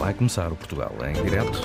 Vai começar o Portugal em direto.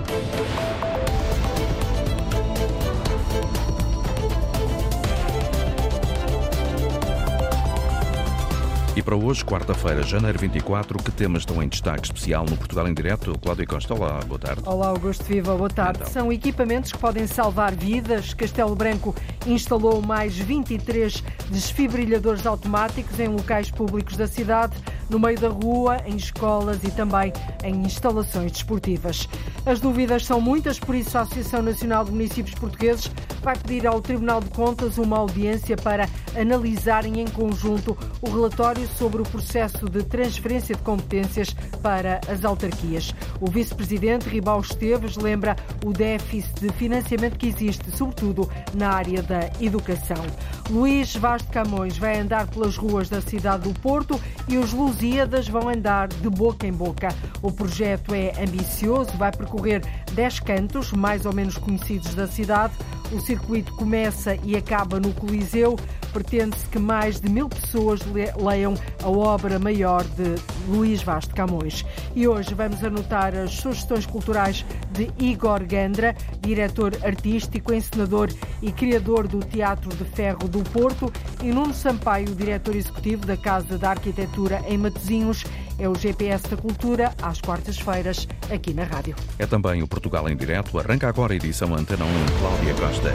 E para hoje, quarta-feira, janeiro 24, que temas estão em destaque especial no Portugal em direto? Cláudio Costa, olá, boa tarde. Olá, Augusto Viva, boa tarde. Então. São equipamentos que podem salvar vidas. Castelo Branco instalou mais 23 desfibrilhadores automáticos em locais públicos da cidade, no meio da rua, em escolas e também em instalações desportivas. As dúvidas são muitas, por isso a Associação Nacional de Municípios Portugueses vai pedir ao Tribunal de Contas uma audiência para analisarem em conjunto o relatório sobre o processo de transferência de competências para as autarquias. O vice-presidente Ribau Esteves lembra o déficit de financiamento que existe, sobretudo na área da educação. Luís Vaz de Camões vai andar pelas ruas da cidade do Porto e os Lusíadas vão andar de boca em boca. O projeto é ambicioso, vai percorrer 10 cantos mais ou menos conhecidos da cidade. O circuito começa e acaba no Coliseu. Pretende-se que mais de 1000 pessoas leiam a obra maior de Luís Vaz de Camões. E hoje vamos anotar as sugestões culturais de Igor Gandra, diretor artístico, encenador e criador do Teatro de Ferro do Porto, e Nuno Sampaio, diretor executivo da Casa da Arquitetura em Matosinhos. É o GPS da Cultura, às quartas-feiras, aqui na rádio. É também o Portugal em direto. Arranca agora a edição Antena 1, Cláudia Costa.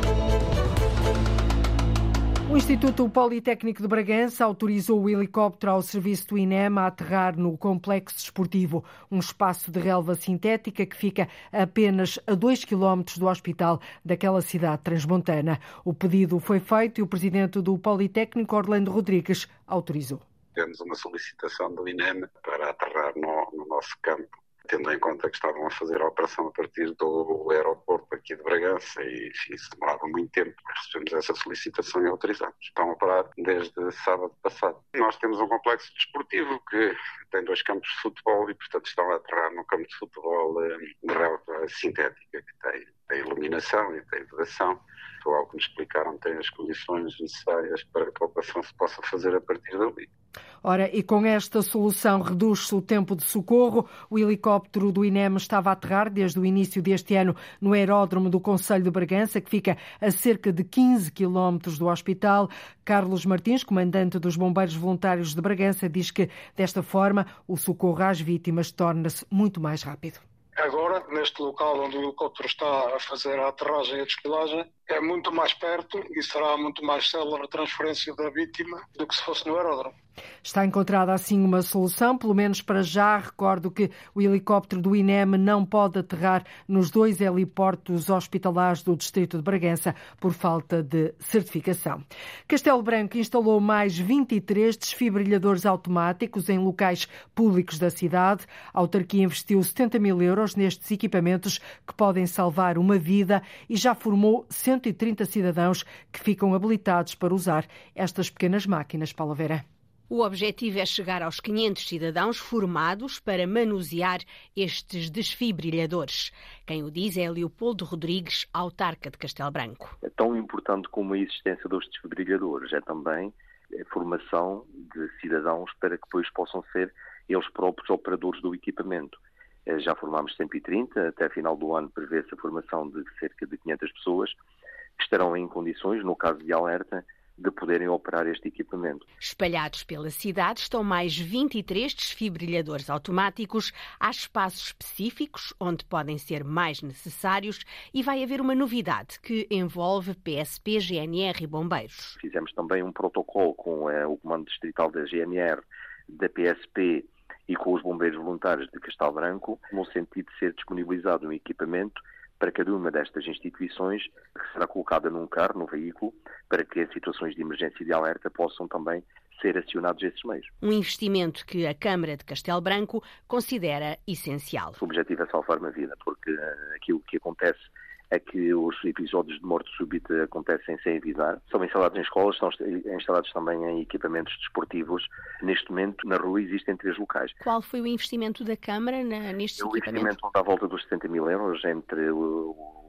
O Instituto Politécnico de Bragança autorizou o helicóptero ao serviço do INEM a aterrar no complexo desportivo, um espaço de relva sintética que fica apenas a 2 km do hospital daquela cidade transmontana. O pedido foi feito e o presidente do Politécnico, Orlando Rodrigues, autorizou. Temos uma solicitação do INEM para aterrar no nosso campo, tendo em conta que estavam a fazer a operação a partir do aeroporto aqui de Bragança e isso demorava muito tempo. Recebemos essa solicitação e autorizamos. Estão a parar desde sábado passado. Nós temos um complexo desportivo que tem 2 campos de futebol e, portanto, estão a aterrar no campo de futebol de relva sintética, que tem iluminação e tem vedação. Ao que nos explicaram, tem as condições necessárias para que a operação se possa fazer a partir dali. Ora, e com esta solução reduz-se o tempo de socorro. O helicóptero do INEM estava a aterrar desde o início deste ano no aeródromo do Concelho de Bragança, que fica a cerca de 15 quilómetros do hospital. Carlos Martins, comandante dos Bombeiros Voluntários de Bragança, diz que, desta forma, o socorro às vítimas torna-se muito mais rápido. Agora, neste local onde o helicóptero está a fazer a aterragem e a descolagem, é muito mais perto e será muito mais célere a transferência da vítima do que se fosse no aeródromo. Está encontrada assim uma solução, pelo menos para já. Recordo que o helicóptero do INEM não pode aterrar nos 2 heliportos hospitalares do distrito de Bragança por falta de certificação. Castelo Branco instalou mais 23 desfibrilhadores automáticos em locais públicos da cidade. A autarquia investiu 70 mil euros nestes equipamentos que podem salvar uma vida e já formou 130 cidadãos que ficam habilitados para usar estas pequenas máquinas. Paula Vera. O objetivo é chegar aos 500 cidadãos formados para manusear estes desfibrilhadores. Quem o diz é Leopoldo Rodrigues, autarca de Castelo Branco. É tão importante como a existência dos desfibrilhadores, é também a formação de cidadãos para que depois possam ser eles próprios operadores do equipamento. Já formámos 130, até final do ano prevê-se a formação de cerca de 500 pessoas que estarão em condições, no caso de alerta, de poderem operar este equipamento. Espalhados pela cidade estão mais 23 desfibrilhadores automáticos. Há espaços específicos onde podem ser mais necessários e vai haver uma novidade que envolve PSP, GNR e bombeiros. Fizemos também um protocolo com o Comando Distrital da GNR, da PSP e com os bombeiros voluntários de Castelo Branco, no sentido de ser disponibilizado um equipamento para cada uma destas instituições, que será colocada num carro, num veículo, para que em situações de emergência e de alerta possam também ser acionados esses meios. Um investimento que a Câmara de Castelo Branco considera essencial. O objetivo é salvar uma vida, porque aquilo que acontece é que os episódios de morte súbita acontecem sem avisar. São instalados em escolas, são instalados também em equipamentos desportivos. Neste momento, na rua, existem 3 locais. Qual foi o investimento da Câmara nestes equipamentos? O investimento está à volta dos 70 mil euros entre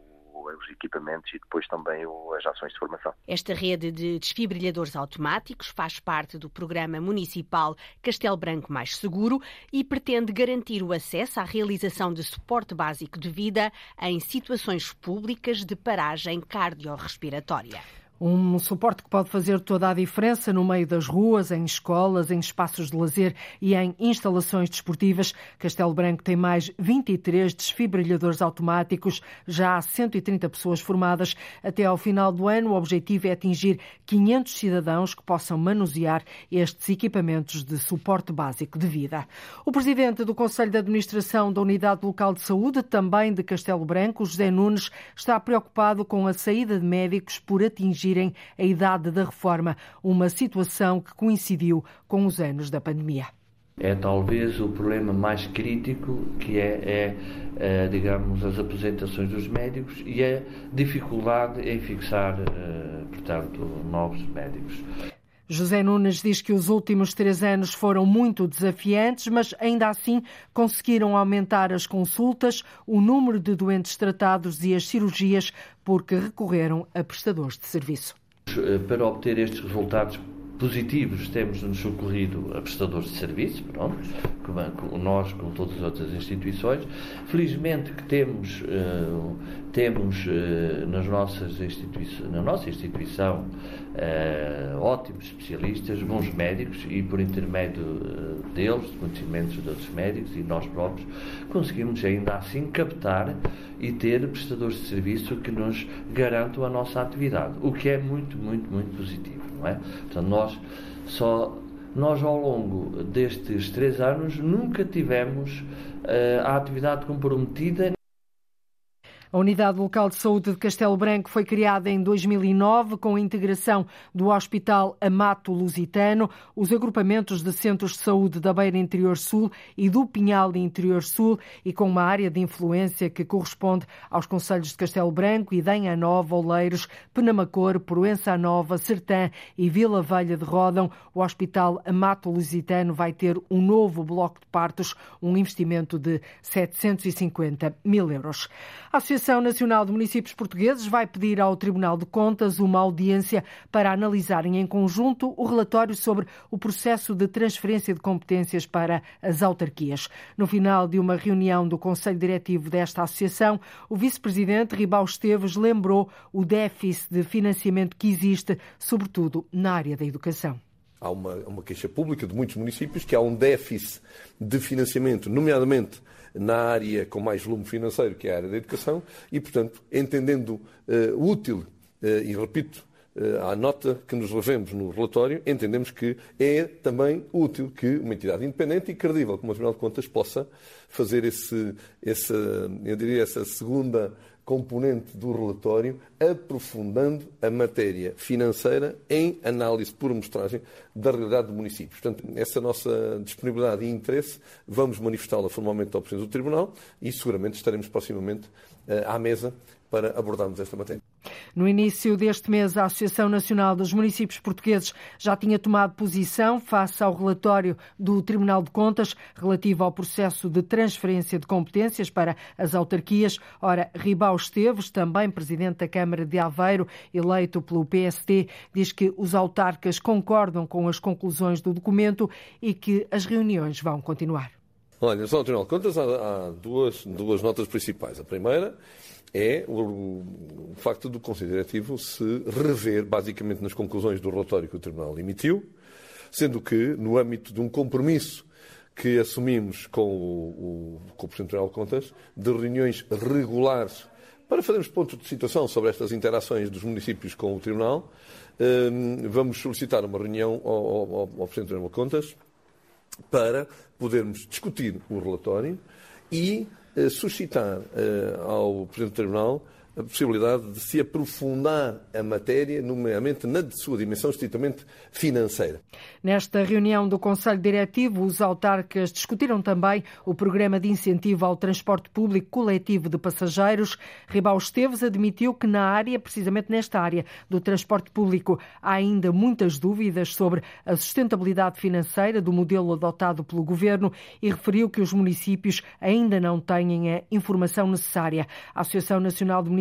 os equipamentos e depois também as ações de formação. Esta rede de desfibrilhadores automáticos faz parte do programa municipal Castelo Branco Mais Seguro e pretende garantir o acesso à realização de suporte básico de vida em situações públicas de paragem cardiorrespiratória. Um suporte que pode fazer toda a diferença no meio das ruas, em escolas, em espaços de lazer e em instalações desportivas. Castelo Branco tem mais 23 desfibrilhadores automáticos, já há 130 pessoas formadas. Até ao final do ano, o objetivo é atingir 500 cidadãos que possam manusear estes equipamentos de suporte básico de vida. O presidente do Conselho de Administração da Unidade Local de Saúde, também de Castelo Branco, José Nunes, está preocupado com a saída de médicos por atingir a idade da reforma, uma situação que coincidiu com os anos da pandemia. É talvez o problema mais crítico, que digamos, as aposentações dos médicos e a dificuldade em fixar, portanto, novos médicos. José Nunes diz que os últimos 3 anos foram muito desafiantes, mas ainda assim conseguiram aumentar as consultas, o número de doentes tratados e as cirurgias porque recorreram a prestadores de serviço. Para obter estes resultados positivos, temos-nos socorrido a prestadores de serviço, pronto, nós com todas as outras instituições. Felizmente que temos na nossa instituição ótimos especialistas, bons médicos, e por intermédio deles, de conhecimentos de outros médicos e nós próprios, conseguimos ainda assim captar e ter prestadores de serviço que nos garantam a nossa atividade, o que é muito, muito, muito positivo, não é? Portanto, nós ao longo destes 3 anos nunca tivemos a atividade comprometida. A Unidade Local de Saúde de Castelo Branco foi criada em 2009 com a integração do Hospital Amato Lusitano, os agrupamentos de centros de saúde da Beira Interior Sul e do Pinhal Interior Sul e com uma área de influência que corresponde aos concelhos de Castelo Branco, Idenha Nova, Oleiros, Penamacor, Proença Nova, Sertã e Vila Velha de Ródão. O Hospital Amato Lusitano vai ter um novo bloco de partos, um investimento de 750 mil euros. A Associação Nacional de Municípios Portugueses vai pedir ao Tribunal de Contas uma audiência para analisarem em conjunto o relatório sobre o processo de transferência de competências para as autarquias. No final de uma reunião do Conselho Diretivo desta associação, o vice-presidente Ribau Esteves lembrou o déficit de financiamento que existe, sobretudo na área da educação. Há uma queixa pública de muitos municípios que há um déficit de financiamento, nomeadamente na área com mais volume financeiro, que é a área da educação, e, portanto, entendendo útil, e repito, à nota que nos levemos no relatório, entendemos que é também útil que uma entidade independente e credível como o Tribunal de Contas possa fazer essa segunda componente do relatório, aprofundando a matéria financeira em análise por amostragem da realidade do município. Portanto, essa nossa disponibilidade e interesse vamos manifestá-la formalmente ao Presidente do Tribunal e seguramente estaremos proximamente à mesa para abordarmos esta matéria. No início deste mês, a Associação Nacional dos Municípios Portugueses já tinha tomado posição face ao relatório do Tribunal de Contas relativo ao processo de transferência de competências para as autarquias. Ora, Ribau Esteves, também presidente da Câmara de Aveiro, eleito pelo PSD, diz que os autarcas concordam com as conclusões do documento e que as reuniões vão continuar. Olha, no Tribunal de Contas há duas notas principais. A primeira é o facto do Conselho Diretivo se rever basicamente nas conclusões do relatório que o Tribunal emitiu, sendo que, no âmbito de um compromisso que assumimos com o Presidente do Tribunal de Contas, de reuniões regulares para fazermos pontos de situação sobre estas interações dos municípios com o Tribunal, vamos solicitar uma reunião ao Presidente do Tribunal de Contas para podermos discutir o relatório e suscitar ao Presidente do Tribunal a possibilidade de se aprofundar a matéria, nomeadamente na sua dimensão estritamente financeira. Nesta reunião do Conselho Diretivo, os autarcas discutiram também o programa de incentivo ao transporte público coletivo de passageiros. Ribau Esteves admitiu que precisamente nesta área do transporte público, há ainda muitas dúvidas sobre a sustentabilidade financeira do modelo adotado pelo Governo e referiu que os municípios ainda não têm a informação necessária. A Associação Nacional de Municípios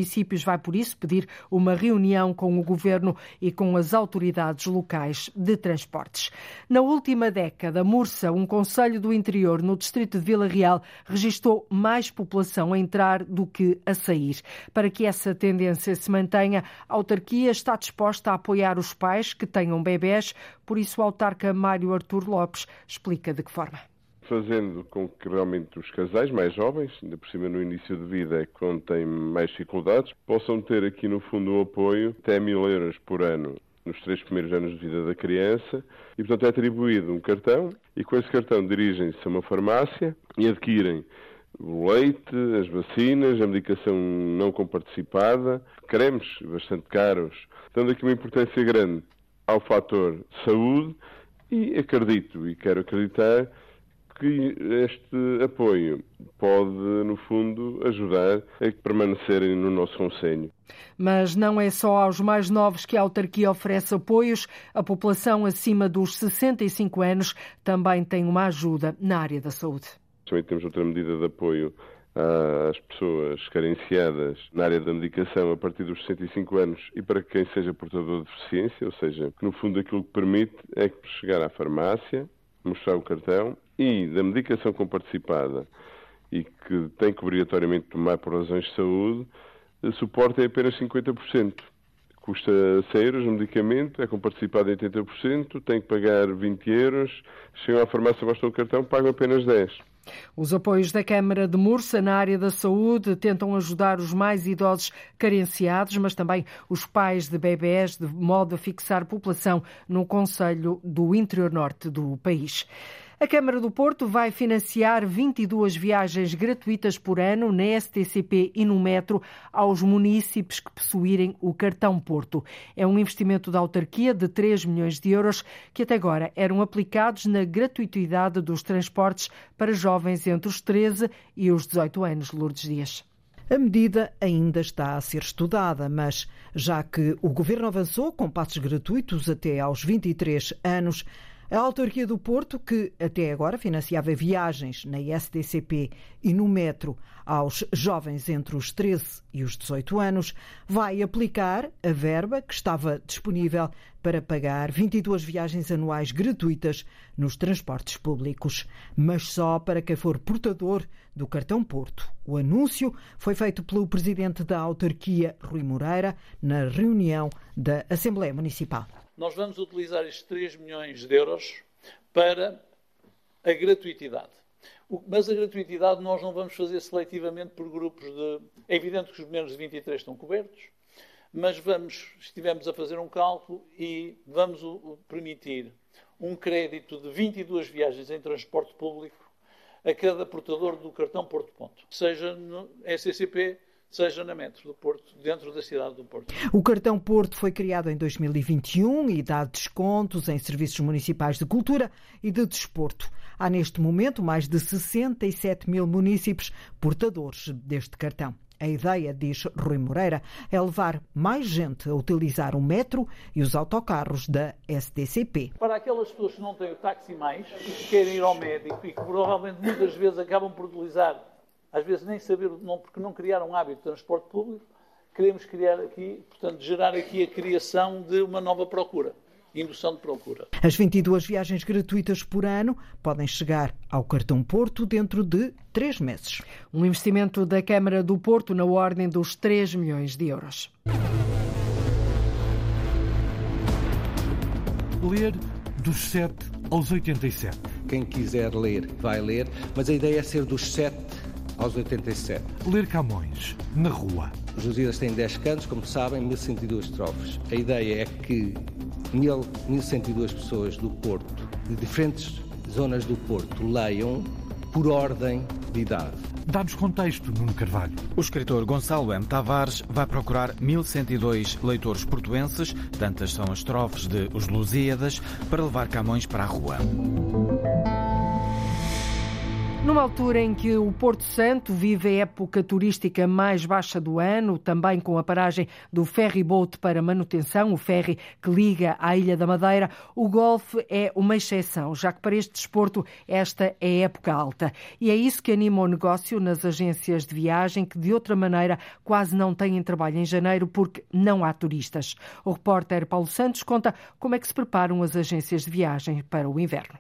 municípios vai, por isso, pedir uma reunião com o Governo e com as autoridades locais de transportes. Na última década, Mursa, um concelho do interior no distrito de Vila Real, registrou mais população a entrar do que a sair. Para que essa tendência se mantenha, a autarquia está disposta a apoiar os pais que tenham bebés, por isso o autarca Mário Artur Lopes explica de que forma. Fazendo com que realmente os casais mais jovens, ainda por cima no início de vida, quando têm mais dificuldades, possam ter aqui no fundo o apoio até 1.000 euros por ano nos 3 primeiros anos de vida da criança e, portanto, é atribuído um cartão e com esse cartão dirigem-se a uma farmácia e adquirem o leite, as vacinas, a medicação não comparticipada, cremes bastante caros, dando aqui uma importância grande ao fator saúde e acredito e quero acreditar que este apoio pode, no fundo, ajudar a permanecerem no nosso concelho. Mas não é só aos mais novos que a autarquia oferece apoios. A população acima dos 65 anos também tem uma ajuda na área da saúde. Também temos outra medida de apoio às pessoas carenciadas na área da medicação a partir dos 65 anos e para quem seja portador de deficiência, ou seja, que no fundo aquilo que permite é que chegar à farmácia, mostrar o cartão e da medicação comparticipada e que tem que obrigatoriamente tomar por razões de saúde, o suporte é apenas 50%. Custa 100 euros o medicamento, é comparticipado em 80%, tem que pagar 20 euros, chegam à farmácia, mostram o cartão, pagam apenas 10. Os apoios da Câmara de Mursa na área da saúde tentam ajudar os mais idosos carenciados, mas também os pais de bebés, de modo a fixar população no concelho do interior norte do país. A Câmara do Porto vai financiar 22 viagens gratuitas por ano na STCP e no metro aos munícipes que possuírem o cartão Porto. É um investimento da autarquia de 3 milhões de euros que até agora eram aplicados na gratuitidade dos transportes para jovens entre os 13 e os 18 anos. Lourdes Dias. A medida ainda está a ser estudada, mas já que o Governo avançou com passos gratuitos até aos 23 anos, a autarquia do Porto, que até agora financiava viagens na STCP e no metro aos jovens entre os 13 e os 18 anos, vai aplicar a verba que estava disponível para pagar 22 viagens anuais gratuitas nos transportes públicos, mas só para quem for portador do cartão Porto. O anúncio foi feito pelo presidente da autarquia, Rui Moreira, na reunião da Assembleia Municipal. Nós vamos utilizar estes 3 milhões de euros para a gratuitidade. Mas a gratuitidade nós não vamos fazer seletivamente por grupos de... É evidente que os menos de 23 estão cobertos, mas estivemos a fazer um cálculo e vamos permitir um crédito de 22 viagens em transporte público a cada portador do cartão Porto Ponto, seja no SCCP, seja na metro do Porto, dentro da cidade do Porto. O cartão Porto foi criado em 2021 e dá descontos em serviços municipais de cultura e de desporto. Há neste momento mais de 67 mil munícipes portadores deste cartão. A ideia, diz Rui Moreira, é levar mais gente a utilizar o metro e os autocarros da STCP. Para aquelas pessoas que não têm o táxi mais e que querem ir ao médico e que provavelmente muitas vezes acabam por utilizar, às vezes nem saber o nome, porque não criaram um hábito de transporte público, queremos criar aqui, portanto, gerar aqui a criação de uma nova procura, indução de procura. As 22 viagens gratuitas por ano podem chegar ao cartão Porto dentro de 3 meses. Um investimento da Câmara do Porto na ordem dos 3 milhões de euros. Ler dos 7 aos 87. Quem quiser ler, vai ler, mas a ideia é ser dos 7 aos 87. Ler Camões, na rua. Os Lusíadas têm 10 cantos, como sabem, 1102 estrofes. A ideia é que 1102 pessoas do Porto, de diferentes zonas do Porto, leiam por ordem de idade. Dá-nos contexto, Nuno Carvalho. O escritor Gonçalo M. Tavares vai procurar 1102 leitores portuenses, tantas são as estrofes de Os Lusíadas, para levar Camões para a rua. Numa altura em que o Porto Santo vive a época turística mais baixa do ano, também com a paragem do ferry-boat para manutenção, o ferry que liga à Ilha da Madeira, o golfe é uma exceção, já que para este desporto esta é a época alta. E é isso que anima o negócio nas agências de viagem, que de outra maneira quase não têm trabalho em janeiro porque não há turistas. O repórter Paulo Santos conta como é que se preparam as agências de viagem para o inverno.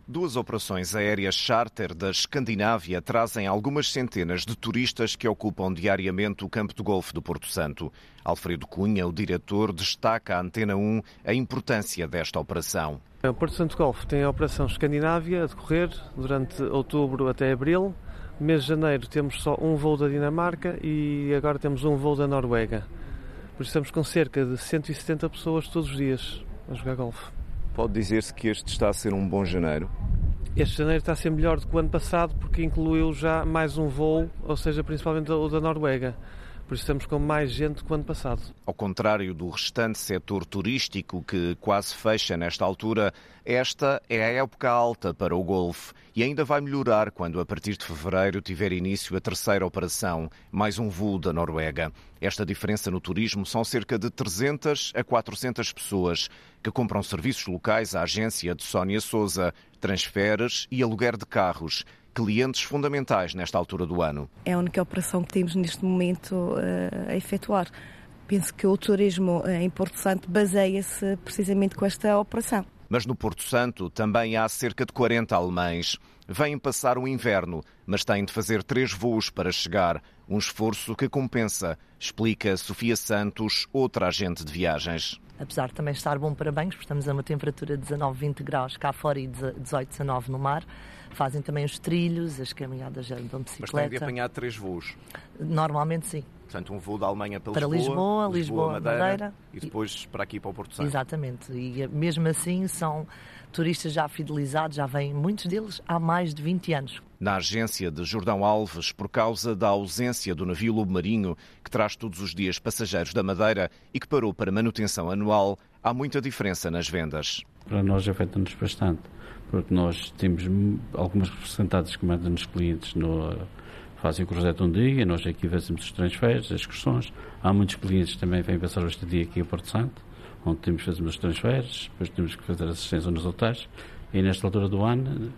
2 operações aéreas charter da Escandinávia trazem algumas centenas de turistas que ocupam diariamente o campo de golfe do Porto Santo. Alfredo Cunha, o diretor, destaca à Antena 1 a importância desta operação. O Porto Santo Golfe tem a operação Escandinávia a decorrer durante outubro até abril. No mês de janeiro temos só um voo da Dinamarca e agora temos um voo da Noruega. Por isso estamos com cerca de 170 pessoas todos os dias a jogar golfe. Pode dizer-se que este está a ser um bom janeiro? Este janeiro está a ser melhor do que o ano passado porque incluiu já mais um voo, ou seja, principalmente o da Noruega. Por isso estamos com mais gente do que o ano passado. Ao contrário do restante setor turístico que quase fecha nesta altura, esta é a época alta para o golfe e ainda vai melhorar quando a partir de fevereiro tiver início a terceira operação, mais um voo da Noruega. Esta diferença no turismo são cerca de 300 a 400 pessoas que compram serviços locais à agência de Sónia Sousa, transferes e aluguer de carros. Clientes fundamentais nesta altura do ano. É a única operação que temos neste momento a efetuar. Penso que o turismo em Porto Santo baseia-se precisamente com esta operação. Mas no Porto Santo também há cerca de 40 alemães. Vêm passar o inverno, mas têm de fazer 3 voos para chegar. Um esforço que compensa, explica Sofia Santos, outra agente de viagens. Apesar de também estar bom para banhos, porque estamos a uma temperatura de 19, 20 graus cá fora e 18, 19 no mar. Fazem também os trilhos, as caminhadas de bicicleta. Mas têm de apanhar 3 voos? Normalmente sim. Portanto, um voo da Alemanha para Lisboa, Madeira e depois para aqui para o Porto Santo. Exatamente. E mesmo assim são turistas já fidelizados, já vêm muitos deles há mais de 20 anos. Na agência de Jordão Alves, por causa da ausência do navio Lobo Marinho, que traz todos os dias passageiros da Madeira e que parou para manutenção anual, há muita diferença nas vendas. Para nós afeta-nos bastante, porque nós temos algumas porcentagens que mandam-nos clientes fazem o cruzeiro um dia, nós aqui fazemos os transferes, as excursões. Há muitos clientes que também vêm passar este dia aqui a Porto Santo, onde fazemos os transferes, depois temos que fazer assistência nos hotéis e nesta altura do ano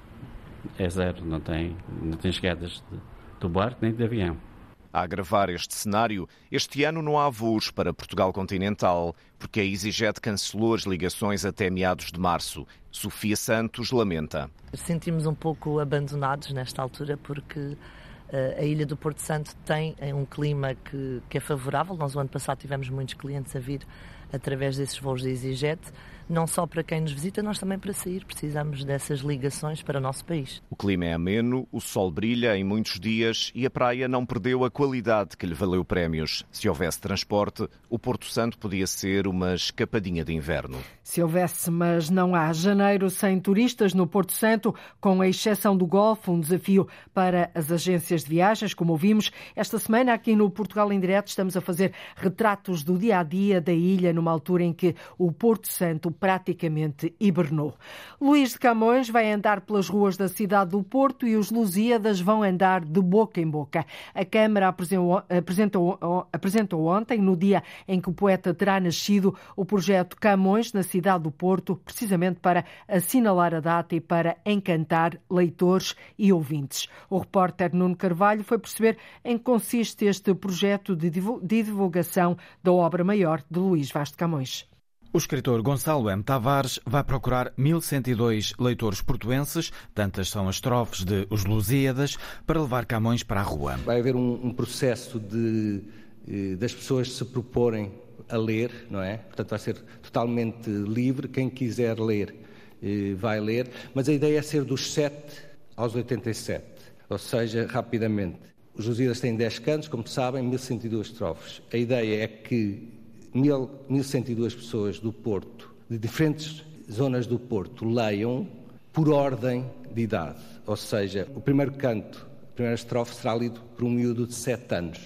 é zero, não tem chegadas do barco nem de avião. A agravar este cenário, este ano não há voos para Portugal continental, porque a EasyJet cancelou as ligações até meados de março. Sofia Santos lamenta. Sentimos um pouco abandonados nesta altura porque a Ilha do Porto Santo tem um clima que é favorável. Nós, o ano passado, tivemos muitos clientes a vir através desses voos da EasyJet. Não só para quem nos visita, nós também para sair precisamos dessas ligações para o nosso país. O clima é ameno, o sol brilha em muitos dias e a praia não perdeu a qualidade que lhe valeu prémios. Se houvesse transporte, o Porto Santo podia ser uma escapadinha de inverno. Se houvesse, mas não há. Janeiro sem turistas no Porto Santo, com a exceção do golfe, um desafio para as agências de viagens, como ouvimos. Esta semana, aqui no Portugal em Direto, estamos a fazer retratos do dia-a-dia da ilha, numa altura em que o Porto Santo praticamente hibernou. Luís de Camões vai andar pelas ruas da cidade do Porto e os Lusíadas vão andar de boca em boca. A Câmara apresentou ontem, no dia em que o poeta terá nascido, o projeto Camões na cidade do Porto, precisamente para assinalar a data e para encantar leitores e ouvintes. O repórter Nuno Carvalho foi perceber em que consiste este projeto de divulgação da obra maior de Luís Vaz de Camões. O escritor Gonçalo M. Tavares vai procurar 1102 leitores portuenses, tantas são as estrofes de Os Lusíadas, para levar Camões para a rua. Vai haver um processo das pessoas se proporem a ler, não é? Portanto, vai ser totalmente livre. Quem quiser ler, vai ler. Mas a ideia é ser dos 7 aos 87, ou seja, rapidamente. Os Lusíadas têm 10 cantos, como sabem, 1102 estrofes. A ideia é que 1102 pessoas do Porto, de diferentes zonas do Porto, leiam por ordem de idade. Ou seja, o primeiro canto, a primeira estrofe será lido por um miúdo de 7 anos.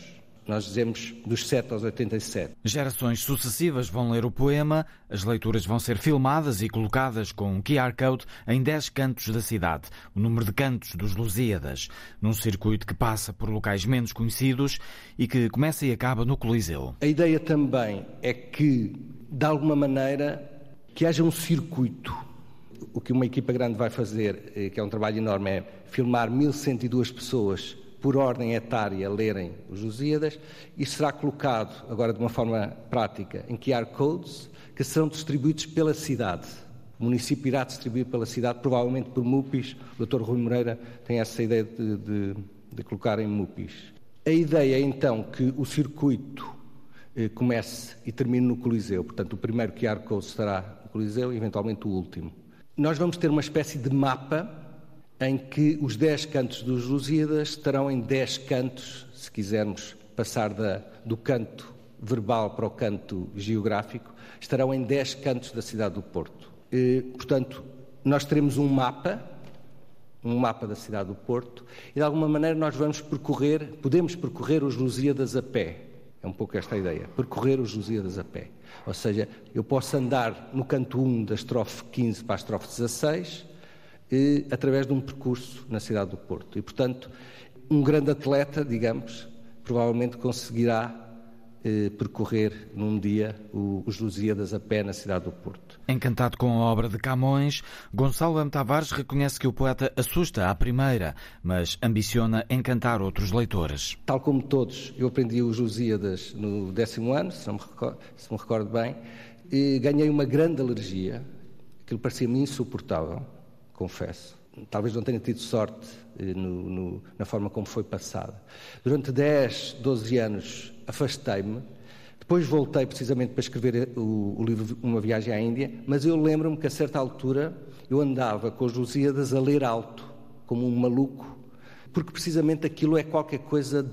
nós dizemos dos 7 aos 87. Gerações sucessivas vão ler o poema, as leituras vão ser filmadas e colocadas com um QR Code em 10 cantos da cidade, o número de cantos dos Lusíadas, num circuito que passa por locais menos conhecidos e que começa e acaba no Coliseu. A ideia também é que, de alguma maneira, que haja um circuito. O que uma equipa grande vai fazer, que é um trabalho enorme, é filmar 1.102 pessoas por ordem etária lerem os Lusíadas. Isto será colocado, agora de uma forma prática, em QR Codes, que serão distribuídos pela cidade. O município irá distribuir pela cidade, provavelmente por MUPIs. O Dr. Rui Moreira tem essa ideia de colocar em MUPIs. A ideia é, então, que o circuito comece e termine no Coliseu. Portanto, o primeiro QR Code estará no Coliseu e, eventualmente, o último. Nós vamos ter uma espécie de mapa em que os 10 cantos dos Lusíadas estarão em 10 cantos, se quisermos passar do canto verbal para o canto geográfico, estarão em 10 cantos da cidade do Porto. Portanto, nós teremos um mapa da cidade do Porto, e de alguma maneira nós podemos percorrer os Lusíadas a pé. É um pouco esta a ideia, percorrer os Lusíadas a pé. Ou seja, eu posso andar no canto 1 da estrofe 15 para a estrofe 16, através de um percurso na cidade do Porto. E, portanto, um grande atleta, digamos, provavelmente conseguirá percorrer num dia os Lusíadas a pé na cidade do Porto. Encantado com a obra de Camões, Gonçalo M. Tavares reconhece que o poeta assusta à primeira, mas ambiciona encantar outros leitores. Tal como todos, eu aprendi os Lusíadas no 10º ano, se me recordo bem, e ganhei uma grande alergia, aquilo parecia-me insuportável, confesso. Talvez não tenha tido sorte na forma como foi passada. Durante 10, 12 anos afastei-me, depois voltei precisamente para escrever o livro Uma Viagem à Índia, mas eu lembro-me que a certa altura eu andava com os Lusíadas a ler alto, como um maluco, porque precisamente aquilo é qualquer coisa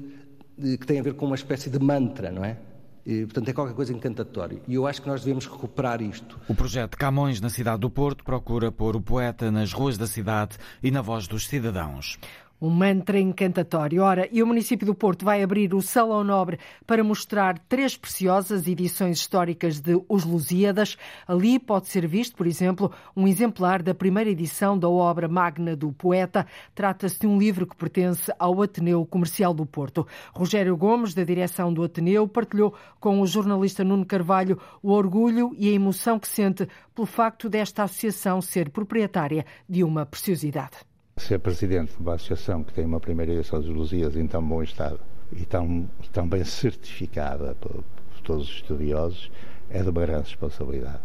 que tem a ver com uma espécie de mantra, não é? E, portanto, é qualquer coisa encantatório. E eu acho que nós devemos recuperar isto. O projeto Camões na cidade do Porto procura pôr o poeta nas ruas da cidade e na voz dos cidadãos. Um mantra encantatório. Ora, e o município do Porto vai abrir o Salão Nobre para mostrar 3 preciosas edições históricas de Os Lusíadas. Ali pode ser visto, por exemplo, um exemplar da primeira edição da obra magna do poeta. Trata-se de um livro que pertence ao Ateneu Comercial do Porto. Rogério Gomes, da direção do Ateneu, partilhou com o jornalista Nuno Carvalho o orgulho e a emoção que sente pelo facto desta associação ser proprietária de uma preciosidade. Ser presidente de uma associação que tem uma primeira edição dos Lusíadas em tão bom estado e tão bem certificada por todos os estudiosos é de uma grande responsabilidade.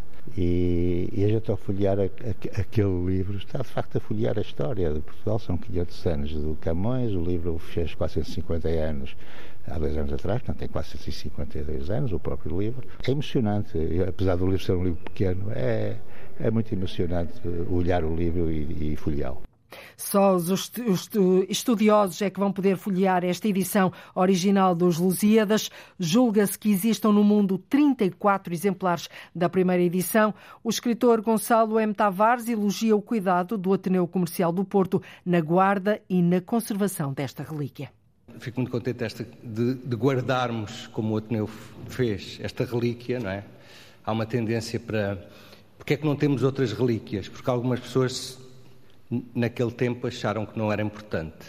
E a gente, ao folhear aquele livro, está de facto a folhear a história de Portugal. São 500 anos do Camões, o livro fez 450 anos há 2 anos atrás, portanto tem 452 anos o próprio livro. É emocionante, apesar do livro ser um livro pequeno, é muito emocionante olhar o livro e folheá-lo. Só os estudiosos é que vão poder folhear esta edição original dos Lusíadas. Julga-se que existam no mundo 34 exemplares da primeira edição. O escritor Gonçalo M. Tavares elogia o cuidado do Ateneu Comercial do Porto na guarda e na conservação desta relíquia. Fico muito contente de guardarmos, como o Ateneu fez, esta relíquia, não é? Há uma tendência para... Porque é que não temos outras relíquias? Porque algumas pessoas... naquele tempo acharam que não era importante.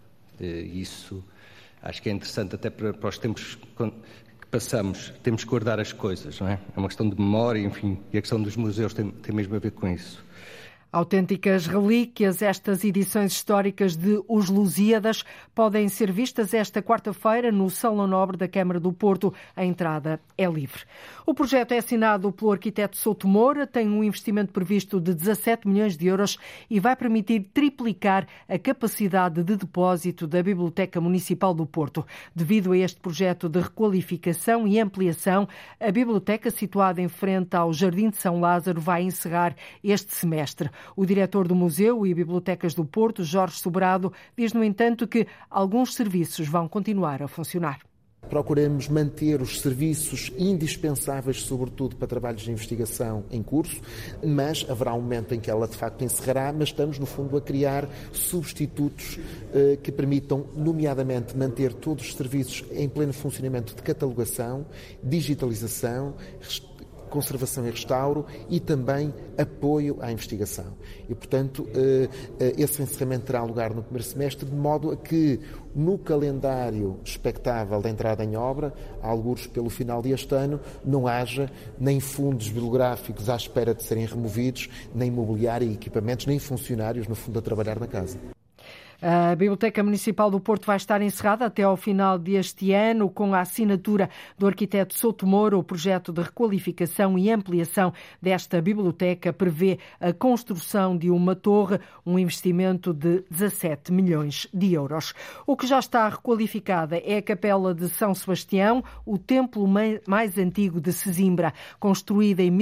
Isso acho que é interessante até para os tempos que passamos. Temos que guardar as coisas, não é? É uma questão de memória, enfim, e a questão dos museus tem mesmo a ver com isso. Autênticas relíquias, estas edições históricas de Os Lusíadas podem ser vistas esta quarta-feira no Salão Nobre da Câmara do Porto. A entrada é livre. O projeto é assinado pelo arquiteto Souto Moura, tem um investimento previsto de 17 milhões de euros e vai permitir triplicar a capacidade de depósito da Biblioteca Municipal do Porto. Devido a este projeto de requalificação e ampliação, a biblioteca situada em frente ao Jardim de São Lázaro vai encerrar este semestre. O diretor do Museu e Bibliotecas do Porto, Jorge Sobrado, diz, no entanto, que alguns serviços vão continuar a funcionar. Procuramos manter os serviços indispensáveis, sobretudo para trabalhos de investigação em curso, mas haverá um momento em que ela de facto encerrará, mas estamos no fundo a criar substitutos que permitam, nomeadamente, manter todos os serviços em pleno funcionamento de catalogação, digitalização, conservação e restauro e também apoio à investigação. E, portanto, esse encerramento terá lugar no primeiro semestre, de modo a que, no calendário expectável da entrada em obra, alguns pelo final deste ano, não haja nem fundos bibliográficos à espera de serem removidos, nem mobiliário e equipamentos, nem funcionários, no fundo, a trabalhar na casa. A Biblioteca Municipal do Porto vai estar encerrada até ao final deste ano, com a assinatura do arquiteto Souto Moura. O projeto de requalificação e ampliação desta biblioteca prevê a construção de uma torre, um investimento de 17 milhões de euros. O que já está requalificada é a Capela de São Sebastião, o templo mais antigo de Sesimbra, construída em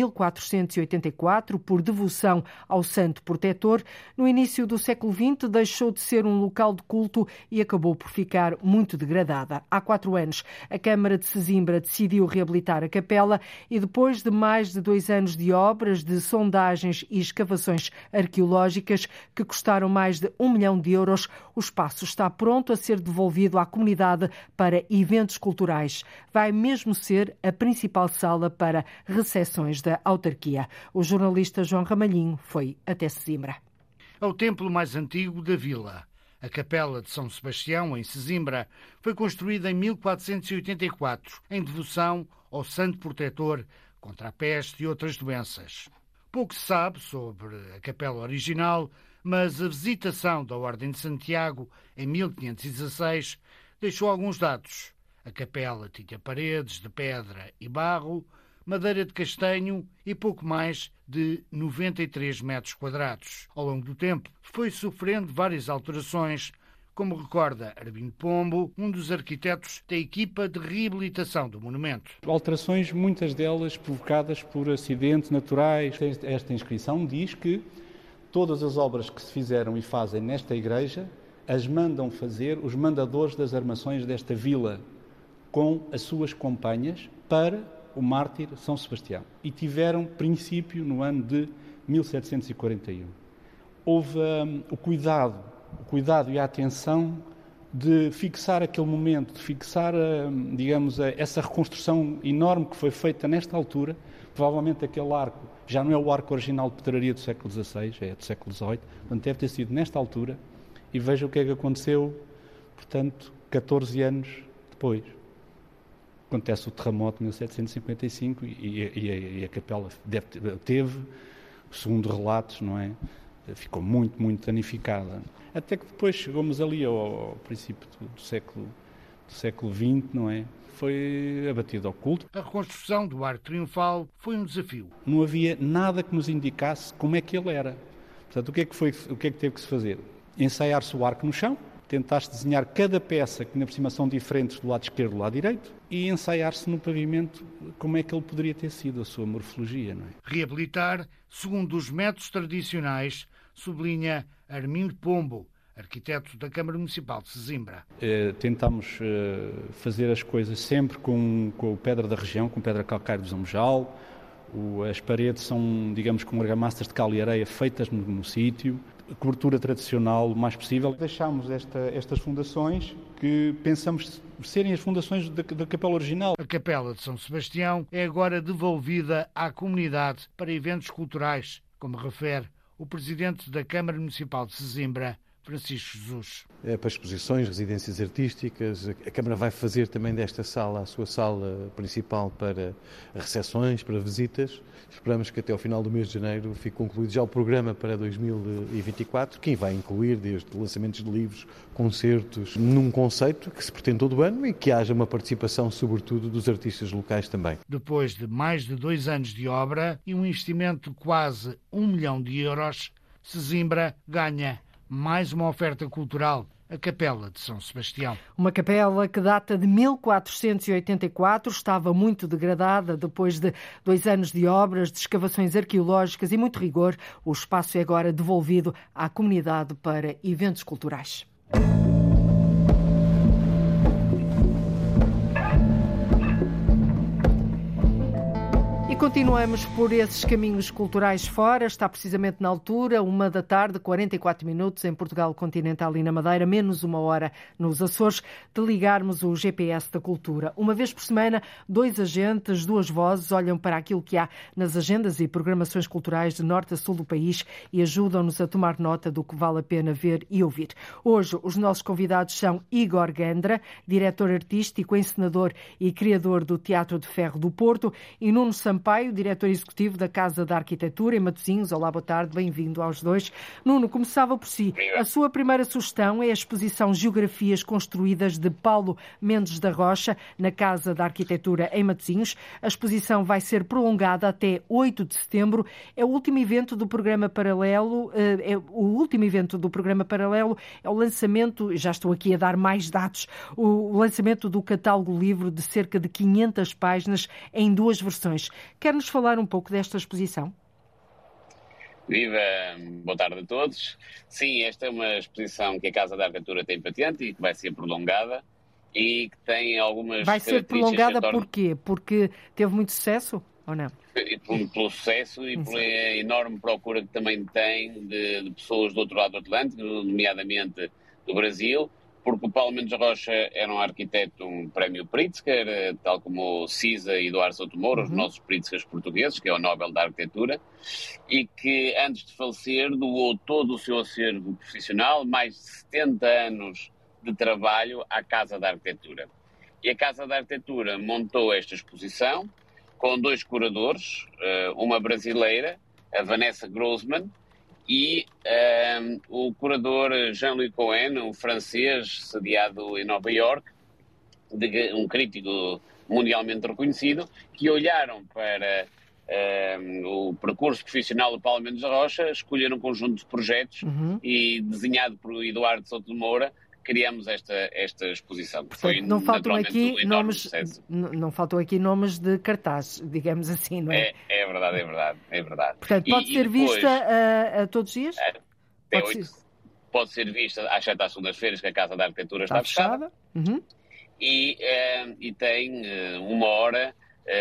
1484 por devoção ao Santo Protetor. No início do século XX deixou de ser um local de culto e acabou por ficar muito degradada. Há 4 anos, a Câmara de Sesimbra decidiu reabilitar a capela e, depois de mais de 2 anos de obras, de sondagens e escavações arqueológicas que custaram mais de 1 milhão de euros, o espaço está pronto a ser devolvido à comunidade para eventos culturais. Vai mesmo ser a principal sala para recepções da autarquia. O jornalista João Ramalhinho foi até Sesimbra. É o templo mais antigo da vila. A Capela de São Sebastião, em Sesimbra, foi construída em 1484, em devoção ao Santo Protetor contra a peste e outras doenças. Pouco se sabe sobre a capela original, mas a visitação da Ordem de Santiago, em 1516, deixou alguns dados. A capela tinha paredes de pedra e barro, madeira de castanho e pouco mais de 93 metros quadrados. Ao longo do tempo, foi sofrendo várias alterações, como recorda Armindo Pombo, um dos arquitetos da equipa de reabilitação do monumento. Alterações, muitas delas provocadas por acidentes naturais. Esta inscrição diz que todas as obras que se fizeram e fazem nesta igreja as mandam fazer os mandadores das armações desta vila, com as suas companhas, para o mártir São Sebastião. E tiveram princípio no ano de 1741. Houve o cuidado e a atenção de fixar aquele momento, de fixar, essa reconstrução enorme que foi feita nesta altura. Provavelmente aquele arco já não é o arco original de pedraria do século XVI, é do século XVIII, portanto deve ter sido nesta altura. E veja o que é que aconteceu, portanto, 14 anos depois. Acontece o terremoto de 1755 e a capela teve, segundo relatos, não é? Ficou muito, muito danificada. Até que depois chegamos ali ao princípio do século XX, não é? Foi abatido ao culto. A reconstrução do Arco Triunfal foi um desafio. Não havia nada que nos indicasse como é que ele era. Portanto, o que é que teve que se fazer? Ensaiar-se o arco no chão, tentar-se desenhar cada peça, que ainda por cima são diferentes do lado esquerdo e do lado direito, e ensaiar-se no pavimento como é que ele poderia ter sido, a sua morfologia. Não é? Reabilitar, segundo os métodos tradicionais, sublinha Armindo Pombo, arquiteto da Câmara Municipal de Sesimbra. Tentamos fazer as coisas sempre com pedra da região, com pedra calcária do Zambojal. As paredes são, digamos, com argamassas de cal e areia feitas no sítio. Cobertura tradicional o mais possível. Deixámos estas fundações que pensamos serem as fundações da capela original. A Capela de São Sebastião é agora devolvida à comunidade para eventos culturais, como refere o presidente da Câmara Municipal de Sesimbra, Francisco Jesus. Para exposições, residências artísticas, a Câmara vai fazer também desta sala a sua sala principal para recepções, para visitas. Esperamos que até ao final do mês de janeiro fique concluído já o programa para 2024, que vai incluir desde lançamentos de livros, concertos, num conceito que se pretende todo o ano e que haja uma participação, sobretudo, dos artistas locais também. Depois de mais de 2 anos de obra e um investimento de quase 1 milhão de euros, Sesimbra ganha mais uma oferta cultural, a Capela de São Sebastião. Uma capela que data de 1484, estava muito degradada depois de 2 anos de obras, de escavações arqueológicas e muito rigor. O espaço é agora devolvido à comunidade para eventos culturais. continuamos por esses caminhos culturais fora. Está precisamente na altura, 13h, 44 minutos em Portugal continental e na Madeira, menos 1 hora nos Açores, de ligarmos o GPS da cultura. Uma vez por semana, 2 agentes, 2 vozes, olham para aquilo que há nas agendas e programações culturais de norte a sul do país e ajudam-nos a tomar nota do que vale a pena ver e ouvir. Hoje, os nossos convidados são Igor Gandra, diretor artístico, encenador e criador do Teatro de Ferro do Porto, e Nuno Sampaio, diretor executivo da Casa da Arquitetura em Matosinhos. Olá, boa tarde, bem-vindo aos dois. Nuno, começava por si. A sua primeira sugestão é a exposição Geografias Construídas de Paulo Mendes da Rocha, na Casa da Arquitetura em Matosinhos. A exposição vai ser prolongada até 8 de setembro. É o último evento do programa paralelo. É o lançamento, já estou aqui a dar mais dados, o lançamento do catálogo livro de cerca de 500 páginas em 2 versões. Quer-nos falar um pouco desta exposição? Viva, boa tarde a todos. Sim, esta é uma exposição que a Casa da Arquitetura tem patente e que vai ser prolongada e que tem algumas Vai ser prolongada porquê? Porque teve muito sucesso ou não? Pelo sucesso e pela enorme procura que também tem de pessoas do outro lado do Atlântico, nomeadamente do Brasil, porque o Paulo Mendes da Rocha era um arquiteto, um prémio Pritzker, tal como o Cisa e Eduardo Souto Moura, os nossos Pritzkers portugueses, que é o Nobel da Arquitetura, e que antes de falecer doou todo o seu acervo profissional, mais de 70 anos de trabalho à Casa da Arquitetura. E a Casa da Arquitetura montou esta exposição com 2 curadores, uma brasileira, a Vanessa Grossman, e o curador Jean-Louis Cohen, um francês sediado em Nova Iorque, um crítico mundialmente reconhecido, que olharam para o percurso profissional do Paulo Mendes da Rocha, escolheram um conjunto de projetos e, desenhado por Eduardo Souto de Moura, criamos esta exposição. Que foi não faltam aqui nomes, não faltam aqui nomes de cartaz, digamos assim, não é? É verdade. Portanto, pode ser vista a todos os dias? Pode ser vista às 7 às segundas-feiras, que a Casa da Arquitetura está fechada. E tem 1 hora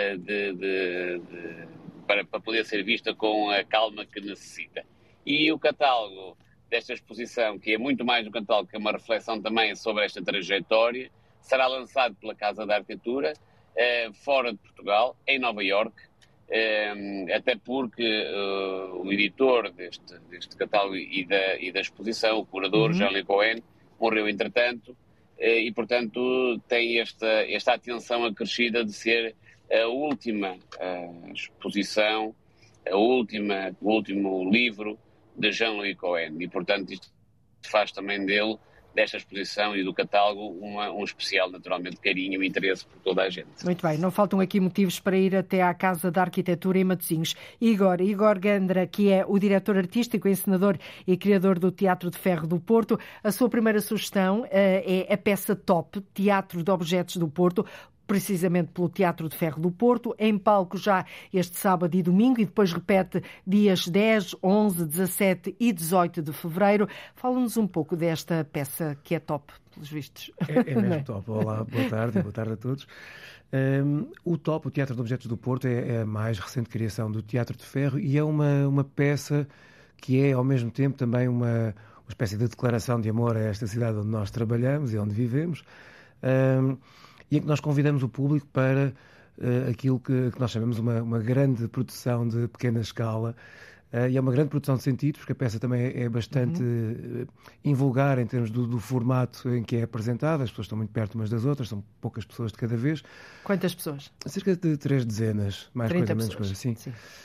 para poder ser vista com a calma que necessita. E o catálogo desta exposição, que é muito mais do catálogo, que é uma reflexão também sobre esta trajetória, será lançado pela Casa da Arquitetura fora de Portugal, em Nova Iorque, até porque o editor deste catálogo e da exposição, o curador Jean-Louis Cohen, morreu entretanto, e portanto tem esta atenção acrescida de ser a última exposição, o último livro de Jean-Louis Cohen, e portanto isto faz também desta exposição e do catálogo um especial, naturalmente, carinho e interesse por toda a gente. Muito bem, não faltam aqui motivos para ir até à Casa da Arquitetura em Matosinhos. Igor Gandra, que é o diretor artístico, encenador e criador do Teatro de Ferro do Porto, a sua primeira sugestão é a peça Top, Teatro de Objetos do Porto, precisamente pelo Teatro de Ferro do Porto, em palco já este sábado e domingo, e depois repete dias 10, 11, 17 e 18 de fevereiro. Fala-nos um pouco desta peça que é top, pelos vistos. É mesmo top. Olá, boa tarde a todos. O Top, o Teatro de Objetos do Porto, é a mais recente criação do Teatro de Ferro e é uma peça que é, ao mesmo tempo, também uma espécie de declaração de amor a esta cidade onde nós trabalhamos e onde vivemos. E em que nós convidamos o público para aquilo que nós chamamos uma grande produção de pequena escala. E é uma grande produção de sentidos, porque a peça também é bastante invulgar em termos do formato em que é apresentada. As pessoas estão muito perto umas das outras, são poucas pessoas de cada vez. Quantas pessoas? Cerca de 3 dezenas, mais coisa, menos coisa. Sim.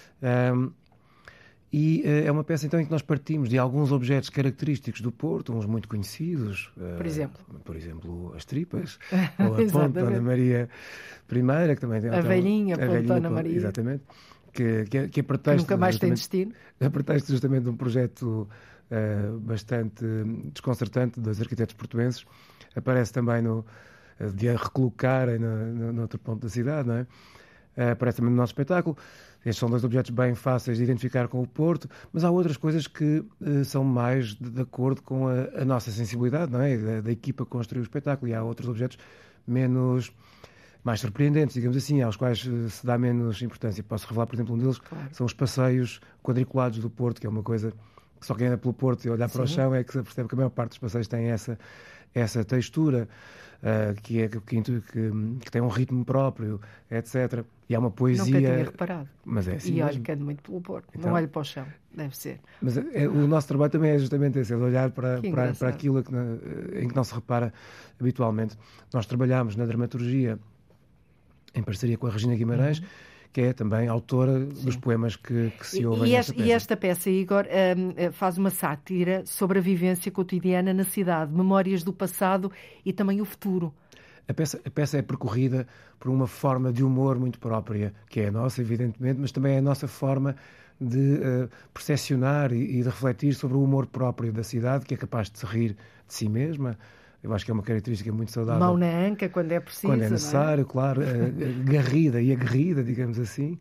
E é uma peça então em que nós partimos de alguns objetos característicos do Porto, uns muito conhecidos. Por exemplo, as tripas, ou a Ponte Dona Maria I, que também tem a velhinha Ponte Dona Maria. Exatamente. Que é pretexto, nunca mais tem destino. É pretexto justamente de um projeto bastante desconcertante dos arquitetos portuenses. Aparece também de a recolocarem no outro ponto da cidade, não é? Aparece também no nosso espetáculo. Estes são 2 objetos bem fáceis de identificar com o Porto, mas há outras coisas que são mais de acordo com a nossa sensibilidade, não é? Da equipa que construiu o espetáculo, e há outros objetos mais surpreendentes, digamos assim, aos quais se dá menos importância. Posso revelar, por exemplo, um deles, são os passeios quadriculados do Porto, que é uma coisa que só quem anda pelo Porto e olhar para o chão é que se percebe que a maior parte dos passeios tem essa textura, que tem um ritmo próprio, etc. E há uma poesia... Nunca tinha reparado. Mas é assim e mesmo. olho que ando muito pelo Porto. Então, não olho para o chão, deve ser. Mas o nosso trabalho também é justamente esse, é de olhar para aquilo em que não se repara habitualmente. Nós trabalhamos na dramaturgia em parceria com a Regina Guimarães, que é também autora dos poemas que se ouvem nesta peça. E esta peça, Igor, faz uma sátira sobre a vivência cotidiana na cidade, memórias do passado e também o futuro. A peça é percorrida por uma forma de humor muito própria, que é a nossa, evidentemente, mas também é a nossa forma de percepcionar e de refletir sobre o humor próprio da cidade, que é capaz de se rir de si mesma. Eu acho que é uma característica muito saudável. Mão na anca, quando é preciso. Quando é necessário, claro. Garrida e aguerrida, digamos assim.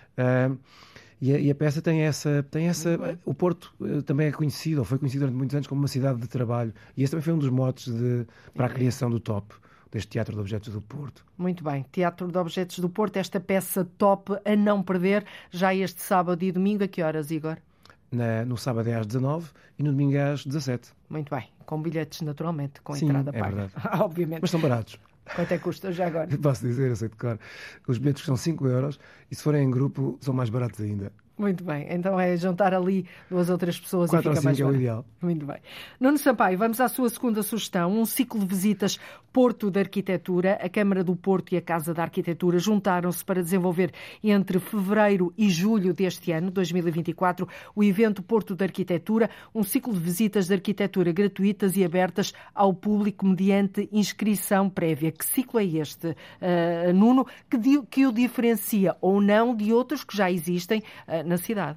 E a peça tem essa... O Porto também é conhecido, ou foi conhecido durante muitos anos, como uma cidade de trabalho. E esse também foi um dos motes para a criação do TOP, deste Teatro de Objetos do Porto. Muito bem. Teatro de Objetos do Porto, esta peça TOP a não perder, já este sábado e domingo. A que horas, Igor? No sábado é às 19 e no domingo é às 17. Muito bem. Com bilhetes, naturalmente, com Sim, entrada paga. Verdade. Obviamente. Mas são baratos. Quanto é que custa já agora? Posso dizer, eu sei de cor. Os bilhetes custam 5€ e se forem em grupo são mais baratos ainda. Muito bem, então é juntar ali 2 ou 3 pessoas 4 e fica mais barato. 4 ou 5 é o ideal. Muito bem. Nuno Sampaio, vamos à sua segunda sugestão. Um ciclo de visitas Porto de Arquitetura. A Câmara do Porto e a Casa da Arquitetura juntaram-se para desenvolver entre fevereiro e julho deste ano, 2024, o evento Porto de Arquitetura, um ciclo de visitas de arquitetura gratuitas e abertas ao público mediante inscrição prévia. Que ciclo é este, Nuno, que o diferencia ou não de outros que já existem na cidade?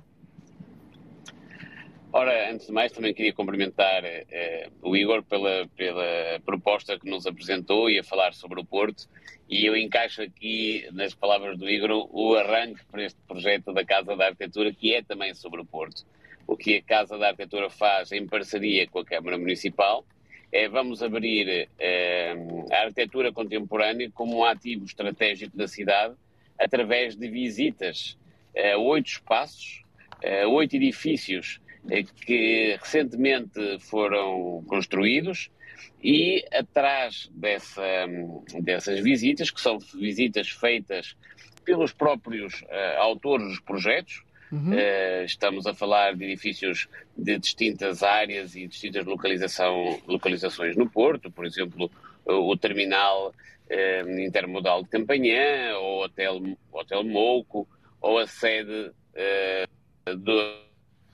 Ora, antes de mais, também queria cumprimentar o Igor pela proposta que nos apresentou e a falar sobre o Porto, e eu encaixo aqui, nas palavras do Igor, o arranque para este projeto da Casa da Arquitetura, que é também sobre o Porto. O que a Casa da Arquitetura faz em parceria com a Câmara Municipal vamos abrir a arquitetura contemporânea como um ativo estratégico da cidade através de visitas a 8 espaços, 8 edifícios que recentemente foram construídos, e atrás dessas visitas, que são visitas feitas pelos próprios autores dos projetos, estamos a falar de edifícios de distintas áreas e distintas localizações no Porto, por exemplo, o terminal intermodal de Campanhã, ou o Hotel Mouco, ou a sede do...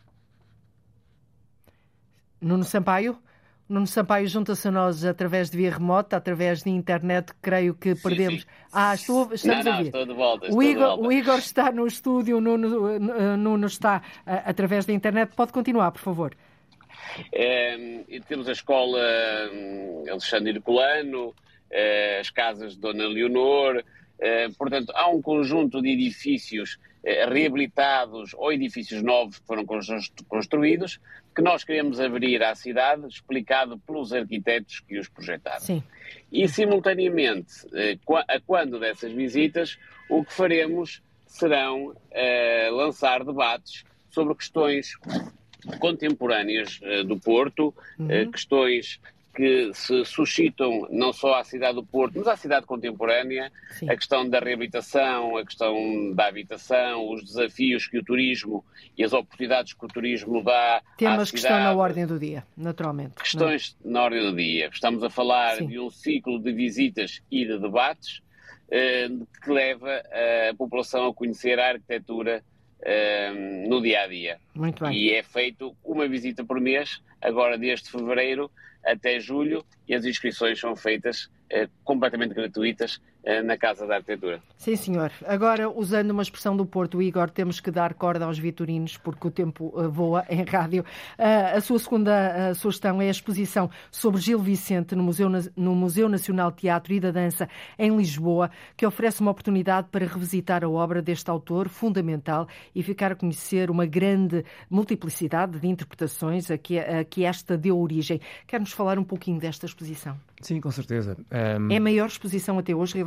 Nuno Sampaio junta-se a nós através de via remota, através de internet, creio que perdemos. Sim. Estamos a ouvir. Estou de volta. O Igor está no estúdio, o Nuno está através da internet. Pode continuar, por favor. Temos a escola Alexandre Herculano, as casas de Dona Leonor. Portanto, há um conjunto de edifícios reabilitados ou edifícios novos que foram construídos, que nós queremos abrir à cidade, explicado pelos arquitetos que os projetaram. Sim. E, simultaneamente, a quando dessas visitas, o que faremos serão lançar debates sobre questões contemporâneas do Porto, questões que se suscitam não só à cidade do Porto, mas à cidade contemporânea. Sim. A questão da reabilitação, a questão da habitação, os desafios que o turismo e as oportunidades que o turismo dá à cidade. Temas que estão na ordem do dia, naturalmente. Questões na ordem do dia. Estamos a falar de um ciclo de visitas e de debates que leva a população a conhecer a arquitetura no dia-a-dia. Muito bem. E é feito uma visita por mês, agora desde fevereiro até julho, e as inscrições são feitas completamente gratuitas na Casa da Arquitetura. Sim, senhor. Agora, usando uma expressão do Porto, Igor, temos que dar corda aos vitorinos, porque o tempo voa em rádio. A sua segunda sugestão é a exposição sobre Gil Vicente no Museu Nacional de Teatro e da Dança em Lisboa, que oferece uma oportunidade para revisitar a obra deste autor fundamental e ficar a conhecer uma grande multiplicidade de interpretações a que esta deu origem. Quer-nos falar um pouquinho desta exposição? Sim, com certeza. É a maior exposição até hoje realizada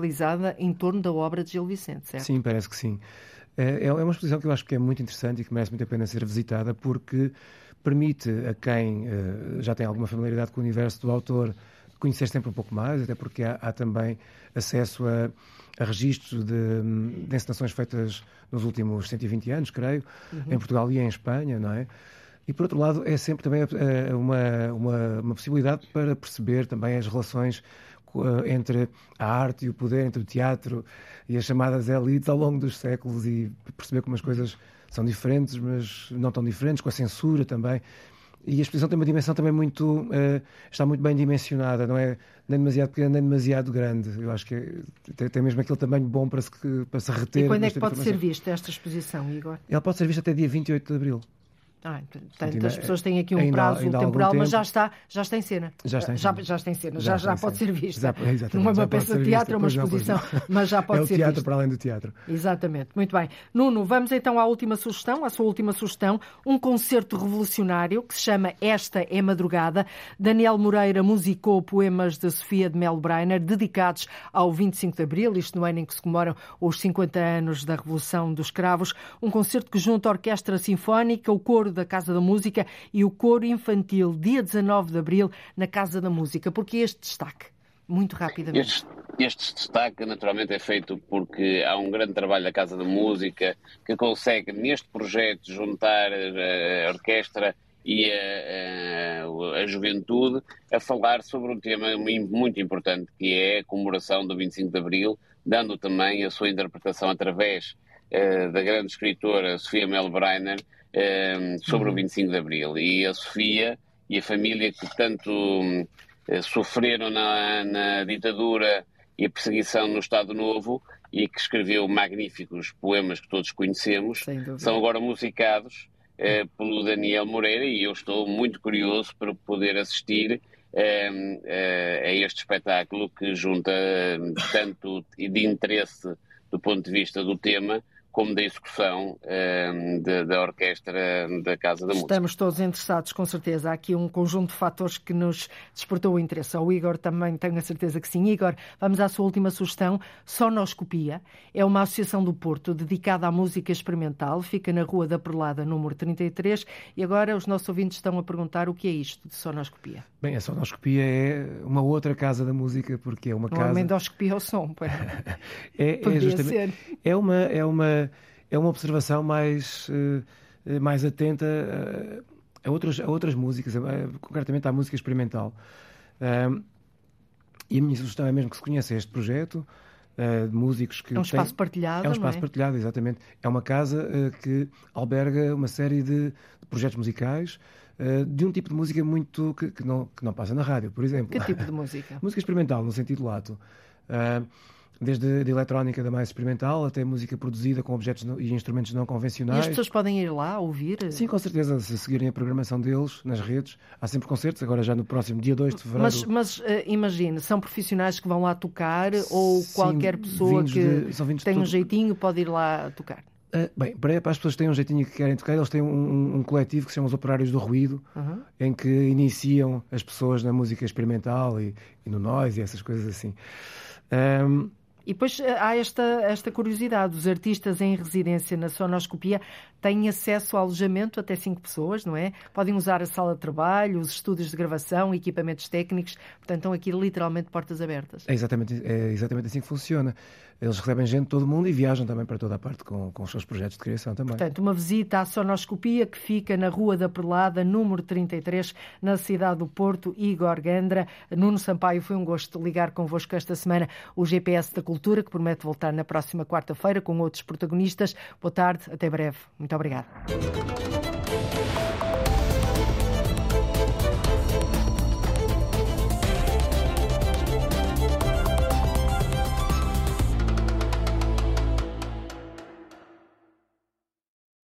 realizada em torno da obra de Gil Vicente, certo? Sim, parece que sim. É uma exposição que eu acho que é muito interessante e que merece muito a pena ser visitada, porque permite a quem já tem alguma familiaridade com o universo do autor conhecer sempre um pouco mais, até porque há também acesso a registros de encenações feitas nos últimos 120 anos, creio, em Portugal e em Espanha, não é? E, por outro lado, é sempre também uma possibilidade para perceber também as relações entre a arte e o poder, entre o teatro e as chamadas elites ao longo dos séculos, e perceber como as coisas são diferentes, mas não tão diferentes, com a censura também. E a exposição tem uma dimensão também está muito bem dimensionada, não é nem demasiado pequena, nem demasiado grande. Eu acho que tem mesmo aquele tamanho bom para se reter. E quando é que pode ser vista esta exposição, Igor? Ela pode ser vista até dia 28 de abril. Portanto, as pessoas têm aqui um prazo temporal, mas já está em cena. Já está em cena, já pode ser vista. Não é uma peça de teatro, é uma exposição, mas já pode ser vista. É o teatro para além do teatro. Exatamente, muito bem. Nuno, vamos então à última sugestão, à sua última sugestão, um concerto revolucionário que se chama Esta é Madrugada. Daniel Moreira musicou poemas de Sofia de Melo Breiner dedicados ao 25 de Abril, isto no ano em que se comemoram os 50 anos da Revolução dos Cravos. Um concerto que junta a Orquestra Sinfónica, o Coro da Casa da Música e o Coro Infantil, dia 19 de Abril, na Casa da Música. Porque este destaque? Muito rapidamente. Este destaque, naturalmente, é feito porque há um grande trabalho da Casa da Música que consegue, neste projeto, juntar a orquestra e a juventude a falar sobre um tema muito importante, que é a comemoração do 25 de Abril, dando também a sua interpretação através da grande escritora Sofia Melo Breiner, sobre o 25 de Abril. E a Sofia e a família que tanto sofreram na ditadura e a perseguição no Estado Novo, e que escreveu magníficos poemas que todos conhecemos, são agora musicados pelo Daniel Moreira, e eu estou muito curioso para poder assistir a este espetáculo que junta tanto de interesse do ponto de vista do tema como da execução da orquestra da Casa da Música. Estamos todos interessados, com certeza. Há aqui um conjunto de fatores que nos despertou o interesse. O Igor também tenho a certeza que sim. Igor, vamos à sua última sugestão. Sonoscopia é uma associação do Porto dedicada à música experimental. Fica na Rua da Perlada, número 33. E agora os nossos ouvintes estão a perguntar o que é isto de sonoscopia. Bem, a sonoscopia é uma outra casa da música, porque é uma casa... Não é endoscopia ao som, é justamente... É uma observação mais atenta a outras músicas, concretamente à música experimental. E a minha sugestão é mesmo que se conheça este projeto de músicos que... É um espaço partilhado, é um espaço partilhado, exatamente. É uma casa que alberga uma série de projetos musicais de um tipo de música muito que não passa na rádio, por exemplo. Que tipo de música? Música experimental, no sentido lato. Desde a eletrónica da mais experimental até música produzida com objetos e instrumentos não convencionais. E as pessoas podem ir lá ouvir? Sim, com certeza. Se seguirem a programação deles nas redes, há sempre concertos, agora já no próximo dia 2 de fevereiro. Mas imagine, são profissionais que vão lá tocar ou qualquer pessoa que tem um jeitinho pode ir lá tocar? Bem, para as pessoas que têm um jeitinho que querem tocar, eles têm um coletivo que se chama os Operários do Ruído, em que iniciam as pessoas na música experimental e no noise e essas coisas assim. E depois há esta curiosidade, os artistas em residência na sonoscopia têm acesso ao alojamento até 5 pessoas, não é? Podem usar a sala de trabalho, os estúdios de gravação, equipamentos técnicos, portanto estão aqui literalmente portas abertas. É exatamente assim que funciona. Eles recebem gente de todo o mundo e viajam também para toda a parte com os seus projetos de criação também. Portanto, uma visita à sonoscopia que fica na Rua da Perlada, número 33, na cidade do Porto. Igor Gandra, Nuno Sampaio, foi um gosto ligar convosco esta semana o GPS da Cultura, que promete voltar na próxima quarta-feira com outros protagonistas. Boa tarde, até breve. Muito obrigada.